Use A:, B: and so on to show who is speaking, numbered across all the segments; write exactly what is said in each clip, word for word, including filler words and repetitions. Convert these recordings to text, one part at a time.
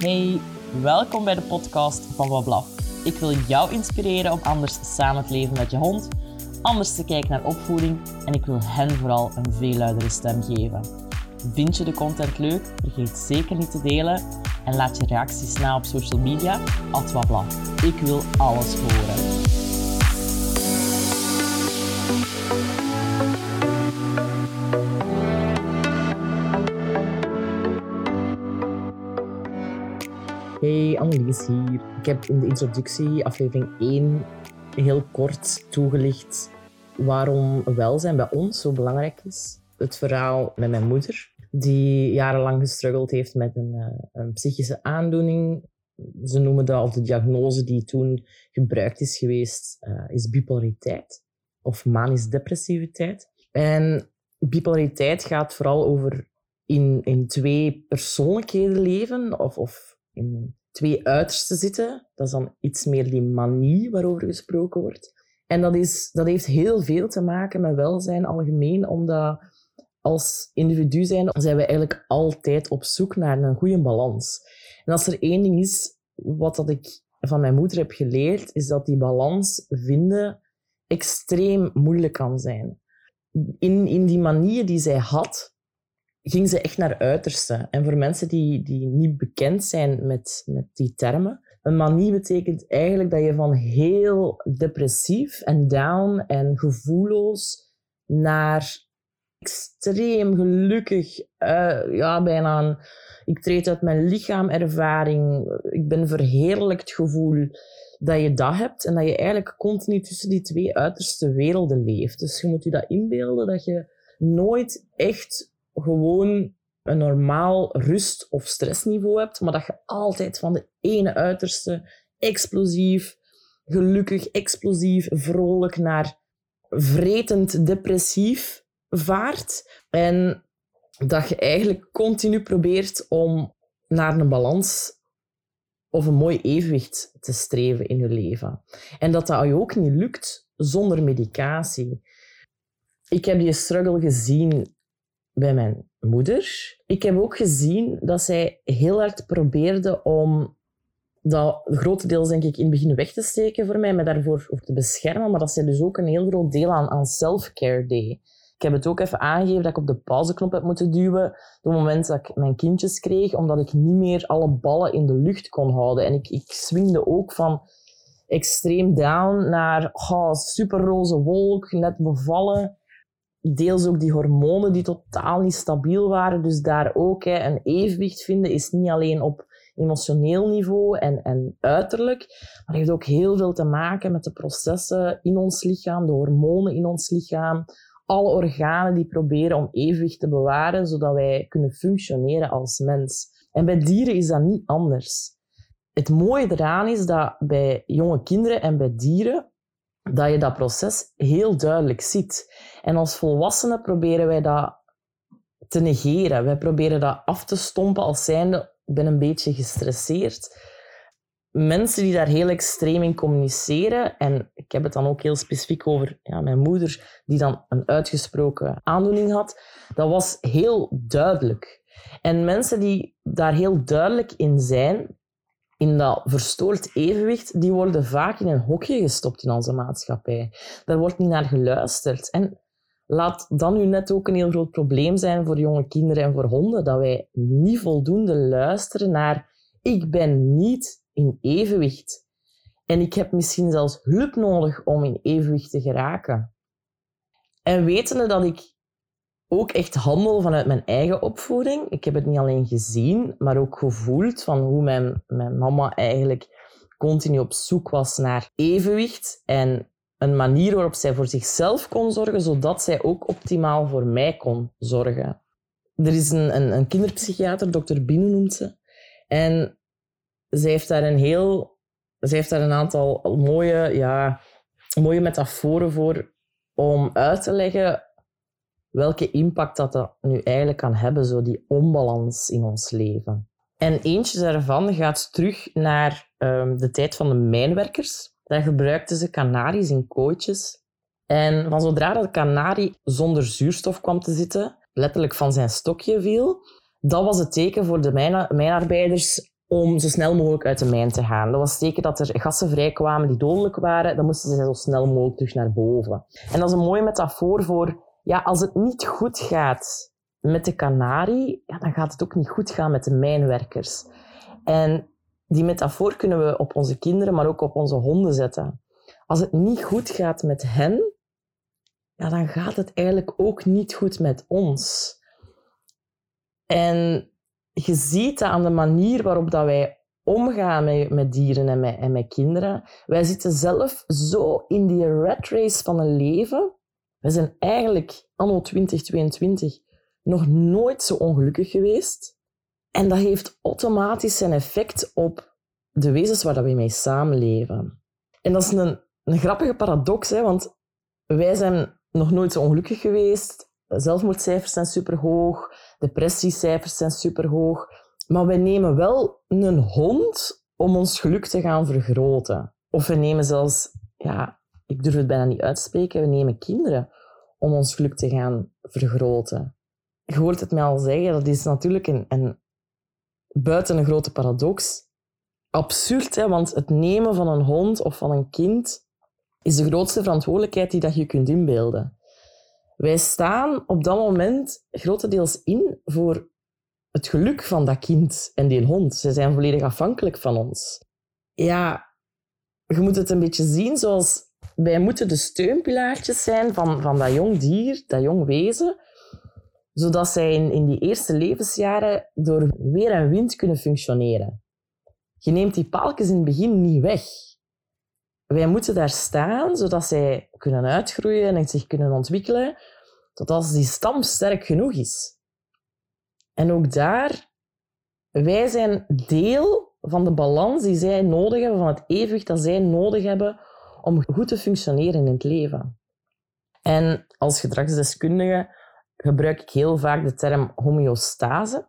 A: Hey, welkom bij de podcast van Wablaf. Ik wil jou inspireren om anders samen te leven met je hond, anders te kijken naar opvoeding en ik wil hen vooral een veel luidere stem geven. Vind je de content leuk? Vergeet zeker niet te delen en laat je reacties na op social media, at Wablaf. Ik wil alles horen. Hey, Annelies hier. Ik heb in de introductie, aflevering één, heel kort toegelicht waarom welzijn bij ons zo belangrijk is. Het verhaal met mijn moeder, die jarenlang gestruggeld heeft met een, uh, een psychische aandoening. Ze noemen dat, of de diagnose die toen gebruikt is geweest, uh, is bipolariteit of manisch-depressiviteit. En bipolariteit gaat vooral over in, in twee persoonlijkheden leven of, of in twee uitersten zitten. Dat is dan iets meer die manie waarover gesproken wordt. En dat, is, dat heeft heel veel te maken met welzijn algemeen, omdat als individu zijn, zijn we eigenlijk altijd op zoek naar een goede balans. En als er één ding is wat dat ik van mijn moeder heb geleerd, is dat die balans vinden extreem moeilijk kan zijn. In, in die manieën die zij had, ging ze echt naar uiterste. En voor mensen die, die niet bekend zijn met, met die termen, een manie betekent eigenlijk dat je van heel depressief en down en gevoelloos naar extreem gelukkig, uh, ja, bijna een ik treed uit mijn lichaam ervaring, ik ben verheerlijkt gevoel, dat je dat hebt en dat je eigenlijk continu tussen die twee uiterste werelden leeft. Dus je moet je dat inbeelden, dat je nooit echt gewoon een normaal rust- of stressniveau hebt, maar dat je altijd van de ene uiterste explosief, gelukkig, explosief, vrolijk naar vretend depressief vaart. En dat je eigenlijk continu probeert om naar een balans of een mooi evenwicht te streven in je leven. En dat dat je ook niet lukt zonder medicatie. Ik heb die struggle gezien bij mijn moeder. Ik heb ook gezien dat zij heel hard probeerde om dat grotendeels denk ik in het begin weg te steken voor mij, me daarvoor te beschermen, maar dat zij dus ook een heel groot deel aan, aan self-care deed. Ik heb het ook even aangegeven dat ik op de pauzeknop heb moeten duwen op het moment dat ik mijn kindjes kreeg, omdat ik niet meer alle ballen in de lucht kon houden. En ik, ik swingde ook van extreem down naar oh, superroze wolk, net bevallen. Deels ook die hormonen die totaal niet stabiel waren. Dus daar ook hè, een evenwicht vinden is niet alleen op emotioneel niveau en, en uiterlijk, maar heeft ook heel veel te maken met de processen in ons lichaam, de hormonen in ons lichaam, alle organen die proberen om evenwicht te bewaren, zodat wij kunnen functioneren als mens. En bij dieren is dat niet anders. Het mooie eraan is dat bij jonge kinderen en bij dieren dat je dat proces heel duidelijk ziet. En als volwassenen proberen wij dat te negeren. Wij proberen dat af te stompen als zijnde, ik ben een beetje gestresseerd. Mensen die daar heel extreem in communiceren, en ik heb het dan ook heel specifiek over ja, mijn moeder, die dan een uitgesproken aandoening had, dat was heel duidelijk. En mensen die daar heel duidelijk in zijn, in dat verstoord evenwicht, die worden vaak in een hokje gestopt in onze maatschappij. Daar wordt niet naar geluisterd. En laat dan nu net ook een heel groot probleem zijn voor jonge kinderen en voor honden, dat wij niet voldoende luisteren naar ik ben niet in evenwicht. En ik heb misschien zelfs hulp nodig om in evenwicht te geraken. En wetende dat ik ook echt handel vanuit mijn eigen opvoeding. Ik heb het niet alleen gezien, maar ook gevoeld van hoe mijn, mijn mama eigenlijk continu op zoek was naar evenwicht en een manier waarop zij voor zichzelf kon zorgen, zodat zij ook optimaal voor mij kon zorgen. Er is een, een, een kinderpsychiater, dokter Binu noemt ze, en zij heeft daar een heel, zij heeft daar een aantal mooie, ja, mooie metaforen voor om uit te leggen welke impact dat, dat nu eigenlijk kan hebben, zo die onbalans in ons leven. En eentje daarvan gaat terug naar um, de tijd van de mijnwerkers. Daar gebruikten ze kanaries in kooitjes. En van zodra dat kanarie zonder zuurstof kwam te zitten, letterlijk van zijn stokje viel, dat was het teken voor de mijna- mijnarbeiders. om zo snel mogelijk uit de mijn te gaan. Dat was zeker dat er gassen vrijkwamen die dodelijk waren, dan moesten ze zo snel mogelijk terug naar boven. En dat is een mooie metafoor voor, ja, als het niet goed gaat met de kanarie, ja, dan gaat het ook niet goed gaan met de mijnwerkers. En die metafoor kunnen we op onze kinderen, maar ook op onze honden zetten. Als het niet goed gaat met hen, ja, dan gaat het eigenlijk ook niet goed met ons. En je ziet dat aan de manier waarop dat wij omgaan met, met dieren en met, en met kinderen. Wij zitten zelf zo in die rat race van een leven. We zijn eigenlijk anno twintig tweeëntwintig nog nooit zo ongelukkig geweest. En dat heeft automatisch zijn effect op de wezens waar dat we mee samenleven. En dat is een, een grappige paradox, hè, want wij zijn nog nooit zo ongelukkig geweest. Zelfmoordcijfers zijn superhoog, depressiecijfers zijn superhoog. Maar we nemen wel een hond om ons geluk te gaan vergroten. Of we nemen zelfs, ja, ik durf het bijna niet uit te spreken, we nemen kinderen om ons geluk te gaan vergroten. Je hoort het mij al zeggen, dat is natuurlijk een, een buiten een grote paradox. Absurd, hè, want het nemen van een hond of van een kind is de grootste verantwoordelijkheid die dat je kunt inbeelden. Wij staan op dat moment grotendeels in voor het geluk van dat kind en die hond. Ze zijn volledig afhankelijk van ons. Ja, je moet het een beetje zien zoals wij moeten de steunpilaartjes zijn van, van dat jong dier, dat jong wezen, zodat zij in, in die eerste levensjaren door weer en wind kunnen functioneren. Je neemt die paaltjes in het begin niet weg. Wij moeten daar staan, zodat zij kunnen uitgroeien en zich kunnen ontwikkelen, tot als die stam sterk genoeg is. En ook daar, wij zijn deel van de balans die zij nodig hebben, van het evenwicht dat zij nodig hebben om goed te functioneren in het leven. En als gedragsdeskundige gebruik ik heel vaak de term homeostase.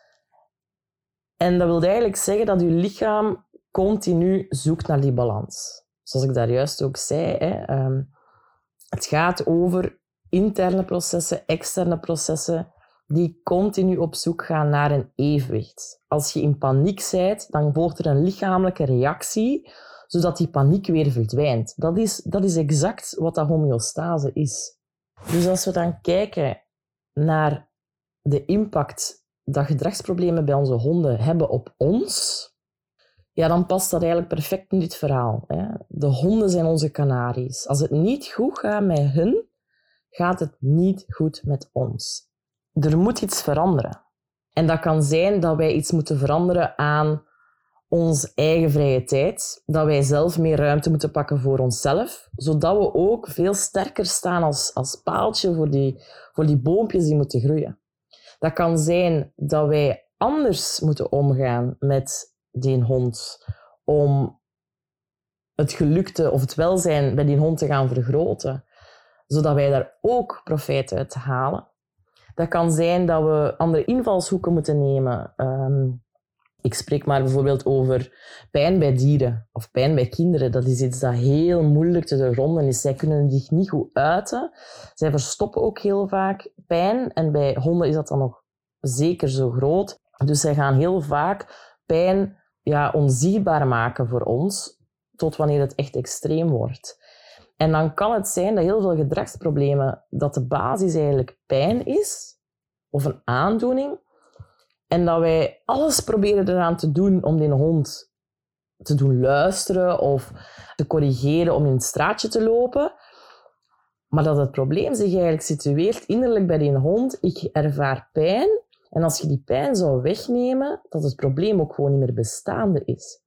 A: En dat wil eigenlijk zeggen dat je lichaam continu zoekt naar die balans. Zoals ik daar juist ook zei, hè, um, het gaat over interne processen, externe processen, die continu op zoek gaan naar een evenwicht. Als je in paniek bent, dan volgt er een lichamelijke reactie, zodat die paniek weer verdwijnt. Dat is, dat is exact wat dat homeostase is. Dus als we dan kijken naar de impact dat gedragsproblemen bij onze honden hebben op ons, ja, dan past dat eigenlijk perfect in dit verhaal. Hè. De honden zijn onze kanaries. Als het niet goed gaat met hun, gaat het niet goed met ons. Er moet iets veranderen. En dat kan zijn dat wij iets moeten veranderen aan onze eigen vrije tijd. Dat wij zelf meer ruimte moeten pakken voor onszelf. Zodat we ook veel sterker staan als, als paaltje voor die, voor die boompjes die moeten groeien. Dat kan zijn dat wij anders moeten omgaan met die hond om het geluk te, of het welzijn bij die hond te gaan vergroten, zodat wij daar ook profijt uit halen. Dat kan zijn dat we andere invalshoeken moeten nemen. Um, ik spreek maar bijvoorbeeld over pijn bij dieren of pijn bij kinderen. Dat is iets dat heel moeilijk te doorgronden is. Zij kunnen zich niet goed uiten. Zij verstoppen ook heel vaak pijn. En bij honden is dat dan nog zeker zo groot. Dus zij gaan heel vaak pijn ja, onzichtbaar maken voor ons, tot wanneer het echt extreem wordt. En dan kan het zijn dat heel veel gedragsproblemen, dat de basis eigenlijk pijn is, of een aandoening, en dat wij alles proberen eraan te doen om die hond te doen luisteren of te corrigeren om in het straatje te lopen, maar dat het probleem zich eigenlijk situeert innerlijk bij die hond. Ik ervaar pijn, en als je die pijn zou wegnemen, dat het probleem ook gewoon niet meer bestaande is.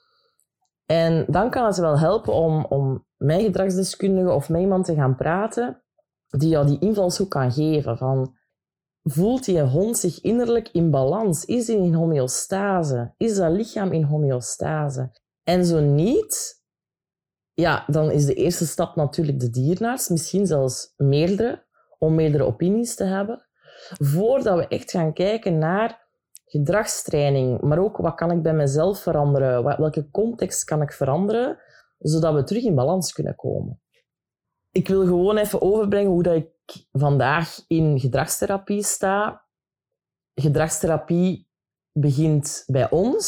A: En dan kan het wel helpen om, om met gedragsdeskundige of met iemand te gaan praten die jou die invalshoek kan geven. Van, voelt die hond zich innerlijk in balans? Is die in homeostase? Is dat lichaam in homeostase? En zo niet, ja, dan is de eerste stap natuurlijk de dierenarts. Misschien zelfs meerdere, om meerdere opinies te hebben. Voordat we echt gaan kijken naar gedragstraining, maar ook wat kan ik bij mezelf veranderen, welke context kan ik veranderen, zodat we terug in balans kunnen komen. Ik wil gewoon even overbrengen hoe dat ik vandaag in gedragstherapie sta. Gedragstherapie begint bij ons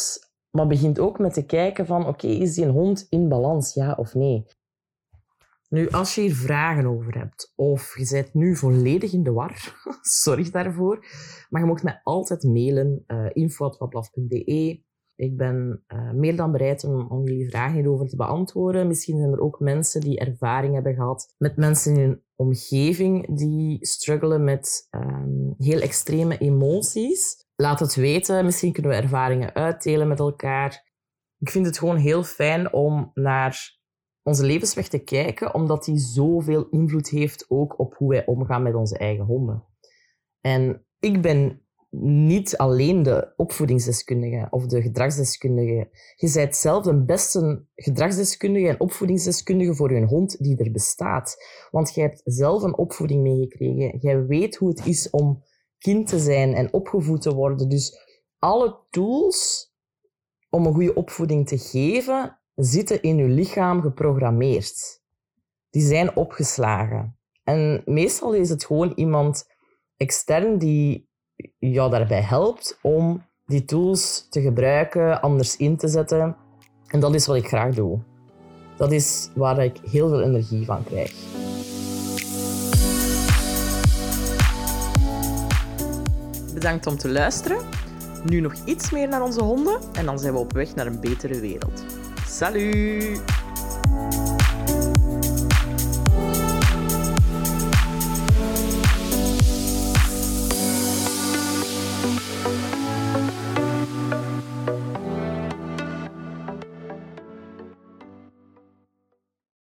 A: Maar begint ook met te kijken van, oké, okay, is die een hond in balans, ja of nee? Nu, als je hier vragen over hebt, of je bent nu volledig in de war, sorry daarvoor, maar je mag mij altijd mailen, uh, info at wablaf punt b e. Ik ben uh, meer dan bereid om, om jullie vragen hierover te beantwoorden. Misschien zijn er ook mensen die ervaring hebben gehad met mensen in hun omgeving die struggelen met um, heel extreme emoties. Laat het weten. Misschien kunnen we ervaringen uitdelen met elkaar. Ik vind het gewoon heel fijn om naar onze levensweg te kijken, omdat die zoveel invloed heeft ook op hoe wij omgaan met onze eigen honden. En ik ben niet alleen de opvoedingsdeskundige of de gedragsdeskundige. Je bent zelf de beste gedragsdeskundige en opvoedingsdeskundige voor je hond die er bestaat. Want jij hebt zelf een opvoeding meegekregen. Jij weet hoe het is om kind te zijn en opgevoed te worden. Dus alle tools om een goede opvoeding te geven, zitten in je lichaam geprogrammeerd. Die zijn opgeslagen. En meestal is het gewoon iemand extern die jou daarbij helpt om die tools te gebruiken, anders in te zetten. En dat is wat ik graag doe. Dat is waar ik heel veel energie van krijg.
B: Bedankt om te luisteren. Nu nog iets meer naar onze honden en dan zijn we op weg naar een betere wereld. Salut!